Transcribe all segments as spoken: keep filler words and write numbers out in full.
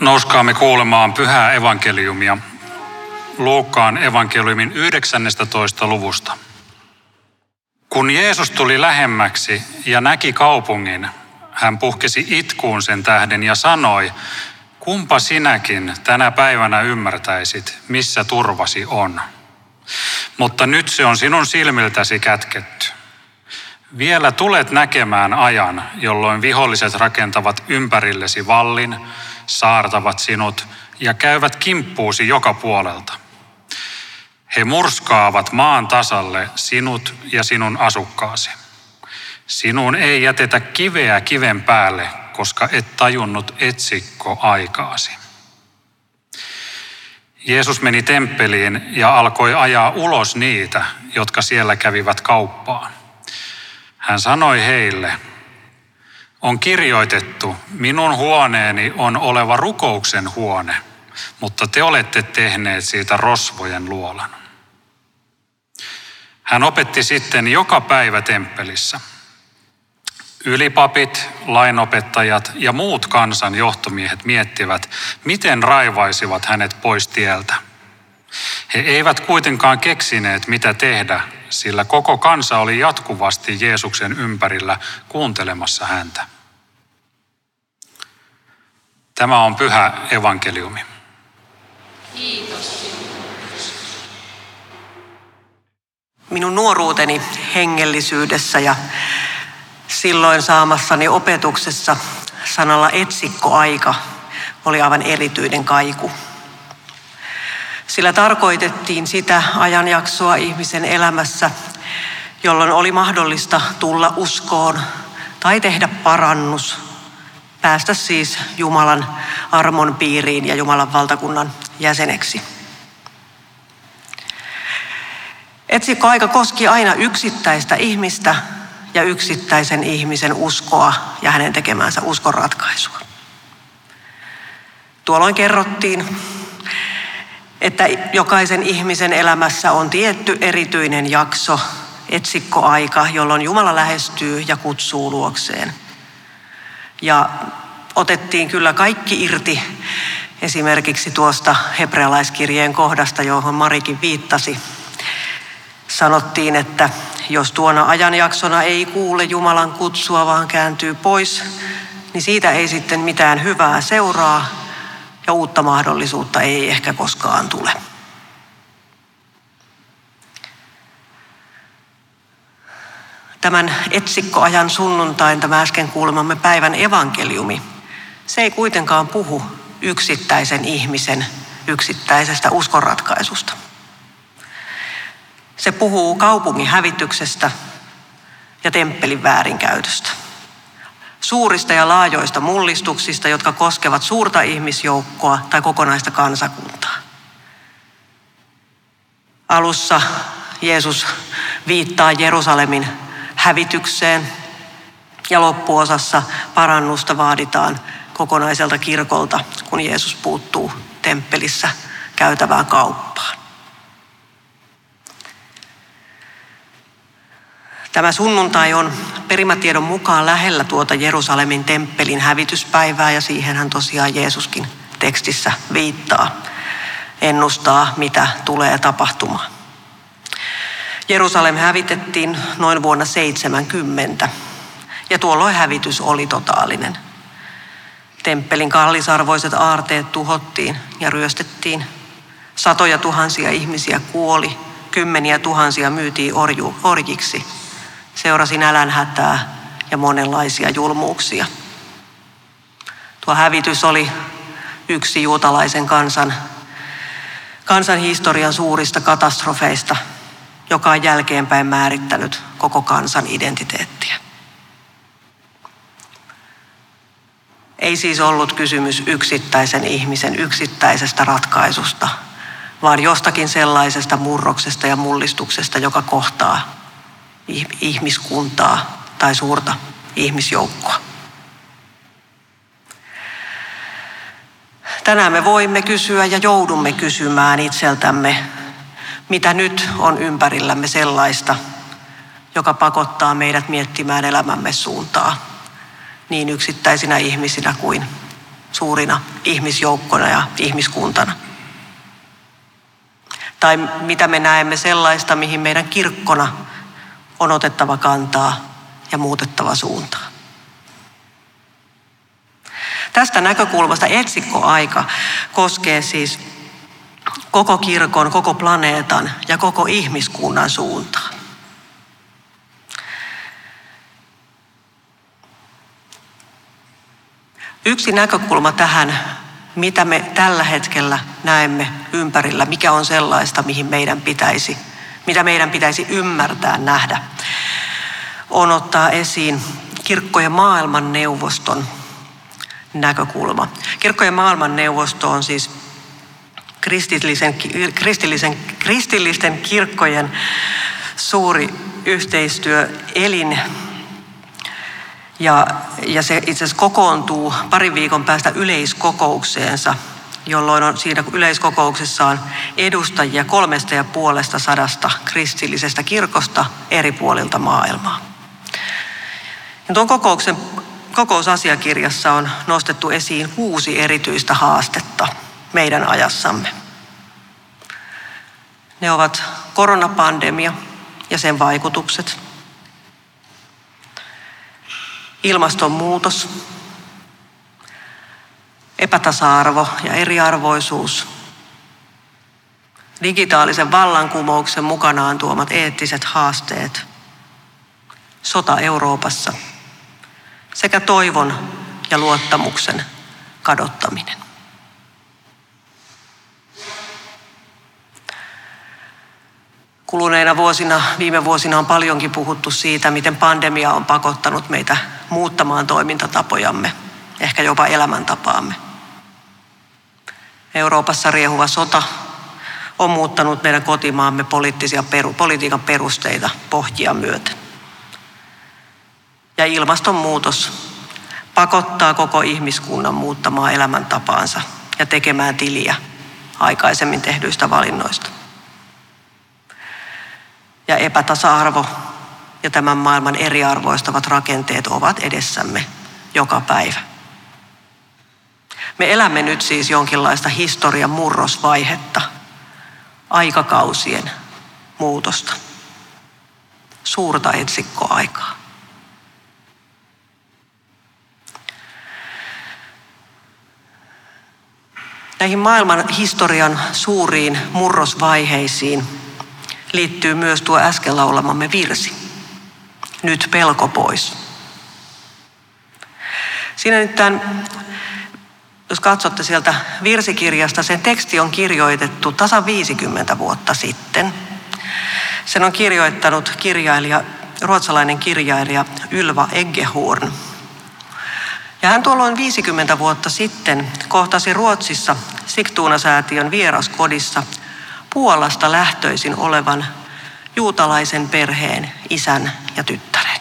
Nouskaamme kuulemaan pyhää evankeliumia Luukkaan evankeliumin yhdeksännestätoista luvusta. Kun Jeesus tuli lähemmäksi ja näki kaupungin, hän puhkesi itkuun sen tähden ja sanoi, kumpa sinäkin tänä päivänä ymmärtäisit, missä turvasi on. Mutta nyt se on sinun silmiltäsi kätketty. Vielä tulet näkemään ajan, jolloin viholliset rakentavat ympärillesi vallin, saartavat sinut ja käyvät kimppuusi joka puolelta. He murskaavat maan tasalle sinut ja sinun asukkaasi. Sinun ei jätetä kiveä kiven päälle, koska et tajunnut etsikko aikaasi. Jeesus meni temppeliin ja alkoi ajaa ulos niitä, jotka siellä kävivät kauppaa. Hän sanoi heille, on kirjoitettu, minun huoneeni on oleva rukouksen huone, mutta te olette tehneet siitä rosvojen luolan. Hän opetti sitten joka päivä temppelissä. Ylipapit, lainopettajat ja muut kansan johtomiehet miettivät, miten raivaisivat hänet pois tieltä. He eivät kuitenkaan keksineet, mitä tehdä, sillä koko kansa oli jatkuvasti Jeesuksen ympärillä kuuntelemassa häntä. Tämä on pyhä evankeliumi. Kiitos. Minun nuoruuteni hengellisyydessä ja silloin saamassani opetuksessa sanalla etsikkoaika oli aivan erityinen kaiku. Sillä tarkoitettiin sitä ajanjaksoa ihmisen elämässä, jolloin oli mahdollista tulla uskoon tai tehdä parannus, päästä siis Jumalan armon piiriin ja Jumalan valtakunnan jäseneksi. Etsikkoaika koski aina yksittäistä ihmistä ja yksittäisen ihmisen uskoa ja hänen tekemäänsä uskonratkaisua. Tuolloin kerrottiin, että jokaisen ihmisen elämässä on tietty erityinen jakso, etsikkoaika, jolloin Jumala lähestyy ja kutsuu luokseen. Ja otettiin kyllä kaikki irti esimerkiksi tuosta hebrealaiskirjeen kohdasta, johon Marikin viittasi. Sanottiin, että jos tuona ajanjaksona ei kuule Jumalan kutsua, vaan kääntyy pois, niin siitä ei sitten mitään hyvää seuraa ja uutta mahdollisuutta ei ehkä koskaan tule. Tämän etsikkoajan sunnuntain, tämä äsken kuulemamme päivän evankeliumi, se ei kuitenkaan puhu yksittäisen ihmisen yksittäisestä uskonratkaisusta. Se puhuu kaupungin hävityksestä ja temppelin väärinkäytöstä. Suurista ja laajoista mullistuksista, jotka koskevat suurta ihmisjoukkoa tai kokonaista kansakuntaa. Alussa Jeesus viittaa Jerusalemin hävitykseen ja loppuosassa parannusta vaaditaan kokonaiselta kirkolta, kun Jeesus puuttuu temppelissä käytävään kauppaan. Tämä sunnuntai on perimätiedon mukaan lähellä tuota Jerusalemin temppelin hävityspäivää ja siihenhän tosiaan Jeesuskin tekstissä viittaa, ennustaa mitä tulee tapahtumaan. Jerusalem hävitettiin noin vuonna seitsemänkymmentä ja tuolloin hävitys oli totaalinen. Temppelin kallisarvoiset aarteet tuhottiin ja ryöstettiin. Satoja tuhansia ihmisiä kuoli, kymmeniä tuhansia myytiin orju, orjiksi. Seurasi nälänhätää ja monenlaisia julmuuksia. Tuo hävitys oli yksi juutalaisen kansan, kansan historian suurista katastrofeista, joka on jälkeenpäin määrittänyt koko kansan identiteettiä. Ei siis ollut kysymys yksittäisen ihmisen yksittäisestä ratkaisusta, vaan jostakin sellaisesta murroksesta ja mullistuksesta, joka kohtaa ihmiskuntaa tai suurta ihmisjoukkoa. Tänään me voimme kysyä ja joudumme kysymään itseltämme, mitä nyt on ympärillämme sellaista, joka pakottaa meidät miettimään elämämme suuntaa niin yksittäisinä ihmisinä kuin suurina ihmisjoukkona ja ihmiskuntana. Tai mitä me näemme sellaista, mihin meidän kirkkona on otettava kantaa ja muutettava suuntaa. Tästä näkökulmasta etsikkoaika koskee siis koko kirkon, koko planeetan ja koko ihmiskunnan suuntaa. Yksi näkökulma tähän, mitä me tällä hetkellä näemme ympärillä, mikä on sellaista, mihin meidän pitäisi, mitä meidän pitäisi ymmärtää, nähdä, on ottaa esiin kirkkojen maailmanneuvoston näkökulma. Kirkkojen maailmanneuvosto on siis kristillisen, kristillisen, kristillisten kirkkojen suuri yhteistyöelin. Ja, ja se itse asiassa kokoontuu parin viikon päästä yleiskokoukseensa, jolloin on siinä yleiskokouksessa on edustajia kolmesta ja puolesta sadasta kristillisestä kirkosta eri puolilta maailmaa. Ja tuon kokouksen, kokousasiakirjassa on nostettu esiin kuusi erityistä haastetta meidän ajassamme. Ne ovat koronapandemia ja sen vaikutukset, ilmastonmuutos, epätasa-arvo ja eriarvoisuus, digitaalisen vallankumouksen mukanaan tuomat eettiset haasteet, sota Euroopassa sekä toivon ja luottamuksen kadottaminen. Kuluneina vuosina, viime vuosina on paljonkin puhuttu siitä, miten pandemia on pakottanut meitä muuttamaan toimintatapojamme, ehkä jopa elämäntapaamme. Euroopassa riehuva sota on muuttanut meidän kotimaamme poliittisia peru, politiikan perusteita pohjia myöten. Ja ilmastonmuutos pakottaa koko ihmiskunnan muuttamaan elämäntapaansa ja tekemään tiliä aikaisemmin tehdyistä valinnoista. Ja epätasa-arvo ja tämän maailman eriarvoistavat rakenteet ovat edessämme joka päivä. Me elämme nyt siis jonkinlaista historian murrosvaihetta, aikakausien muutosta, suurta etsikkoaikaa. Näihin maailman historian suuriin murrosvaiheisiin liittyy myös tuo äsken laulamamme virsi. Nyt pelko pois. Siinä nyt tämän, jos katsotte sieltä virsikirjasta, sen teksti on kirjoitettu tasan viisikymmentä vuotta sitten. Sen on kirjoittanut kirjailija, ruotsalainen kirjailija Ylva Eggehorn. Ja hän tuolloin viisikymmentä vuotta sitten kohtasi Ruotsissa Sigtuna-säätiön vieraskodissa Puolasta lähtöisin olevan juutalaisen perheen isän ja tyttären.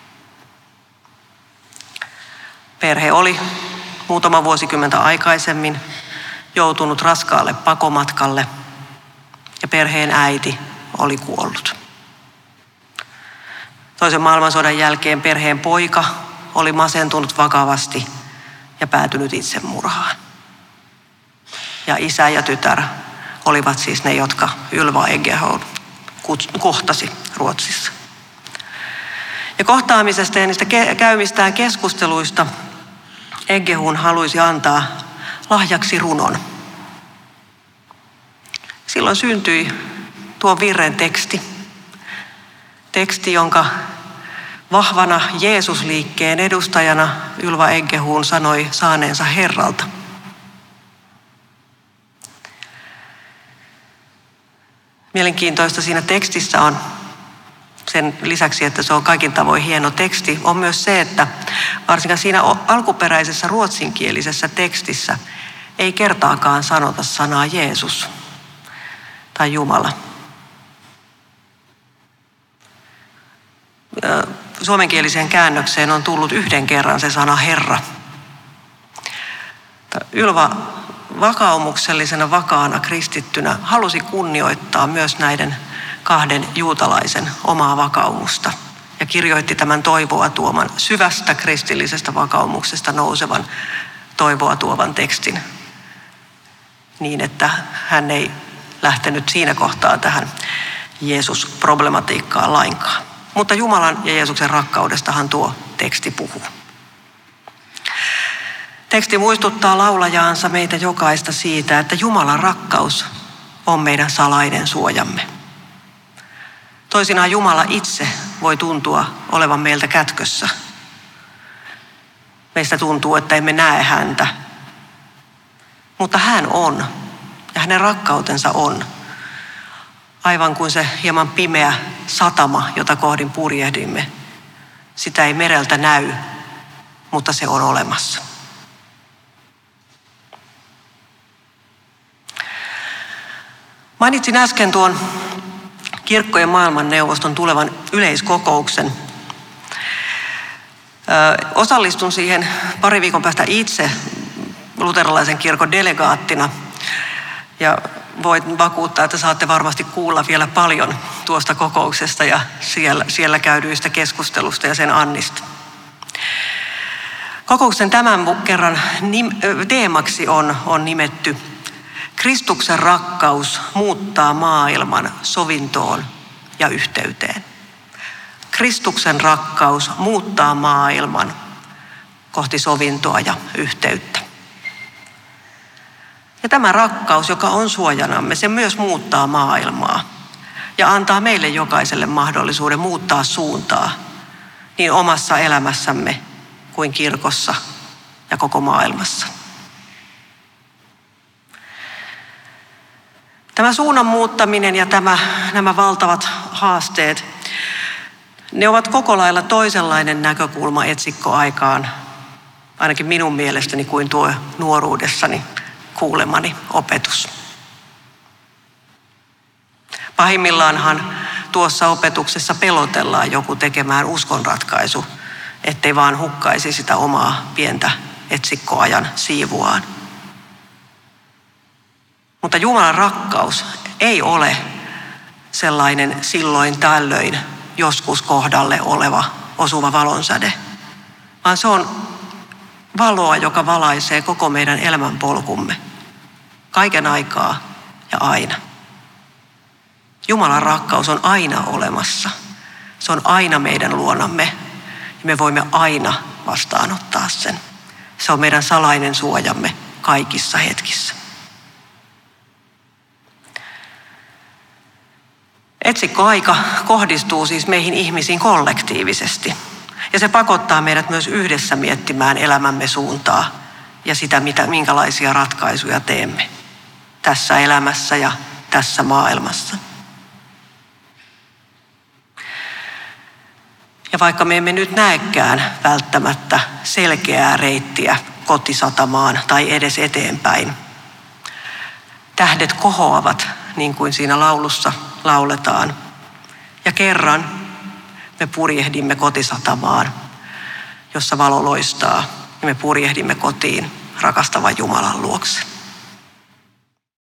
Perhe oli muutama vuosikymmentä aikaisemmin joutunut raskaalle pakomatkalle ja perheen äiti oli kuollut. Toisen maailmansodan jälkeen perheen poika oli masentunut vakavasti ja päätynyt itsemurhaan. Ja isä ja tytär olivat siis ne, jotka Ylva Eggehorn kohtasi Ruotsissa. Ja kohtaamisesta ja niistä käymistään keskusteluista Eggehorn halusi antaa lahjaksi runon. Silloin syntyi tuo virren teksti. Teksti, jonka vahvana Jeesusliikkeen edustajana Ylva Eggehorn sanoi saaneensa Herralta. Mielenkiintoista siinä tekstissä on, sen lisäksi, että se on kaikin tavoin hieno teksti, on myös se, että varsinkin siinä alkuperäisessä ruotsinkielisessä tekstissä ei kertaakaan sanota sanaa Jeesus tai Jumala. Suomenkieliseen käännökseen on tullut yhden kerran se sana Herra. Ylva vakaumuksellisena vakaana kristittynä halusi kunnioittaa myös näiden kahden juutalaisen omaa vakaumusta ja kirjoitti tämän toivoa tuoman syvästä kristillisestä vakaumuksesta nousevan toivoa tuovan tekstin niin, että hän ei lähtenyt siinä kohtaa tähän Jeesus-problematiikkaan lainkaan. Mutta Jumalan ja Jeesuksen rakkaudestahan tuo teksti puhuu. Teksti muistuttaa laulajaansa meitä jokaista siitä, että Jumalan rakkaus on meidän salainen suojamme. Toisinaan Jumala itse voi tuntua olevan meiltä kätkössä. Meistä tuntuu, että emme näe häntä. Mutta hän on, ja hänen rakkautensa on. Aivan kuin se hieman pimeä satama, jota kohdin purjehdimme. Sitä ei mereltä näy, mutta se on olemassa. Mainitsin äsken tuon kirkkojen maailmanneuvoston tulevan yleiskokouksen. Ö, osallistun siihen pari viikon päästä itse luterilaisen kirkon delegaattina. Ja voin vakuuttaa, että saatte varmasti kuulla vielä paljon tuosta kokouksesta ja siellä, siellä käydyistä keskustelusta ja sen annista. Kokouksen tämän kerran nim, teemaksi on, on nimetty Kristuksen rakkaus muuttaa maailman sovintoon ja yhteyteen. Kristuksen rakkaus muuttaa maailman kohti sovintoa ja yhteyttä. Ja tämä rakkaus, joka on suojanamme, se myös muuttaa maailmaa ja antaa meille jokaiselle mahdollisuuden muuttaa suuntaa niin omassa elämässämme kuin kirkossa ja koko maailmassa. Tämä suunnan muuttaminen ja tämä, nämä valtavat haasteet, ne ovat koko lailla toisenlainen näkökulma etsikkoaikaan, ainakin minun mielestäni kuin tuo nuoruudessani kuulemani opetus. Pahimmillaanhan tuossa opetuksessa pelotellaan joku tekemään uskonratkaisu, ettei vaan hukkaisi sitä omaa pientä etsikkoajan siivuaan. Mutta Jumalan rakkaus ei ole sellainen silloin tällöin joskus kohdalle oleva osuva valonsäde, vaan se on valoa, joka valaisee koko meidän elämänpolkumme, kaiken aikaa ja aina. Jumalan rakkaus on aina olemassa. Se on aina meidän luonamme ja me voimme aina vastaanottaa sen. Se on meidän salainen suojamme kaikissa hetkissä. Etsikkoaika kohdistuu siis meihin ihmisiin kollektiivisesti. Ja se pakottaa meidät myös yhdessä miettimään elämämme suuntaa ja sitä, mitä, minkälaisia ratkaisuja teemme tässä elämässä ja tässä maailmassa. Ja vaikka me emme nyt näekään välttämättä selkeää reittiä kotisatamaan tai edes eteenpäin, tähdet kohoavat, niin kuin siinä laulussa lauletaan. Ja kerran me purjehdimme kotisatamaan, jossa valo loistaa, ja me purjehdimme kotiin rakastavan Jumalan luokse.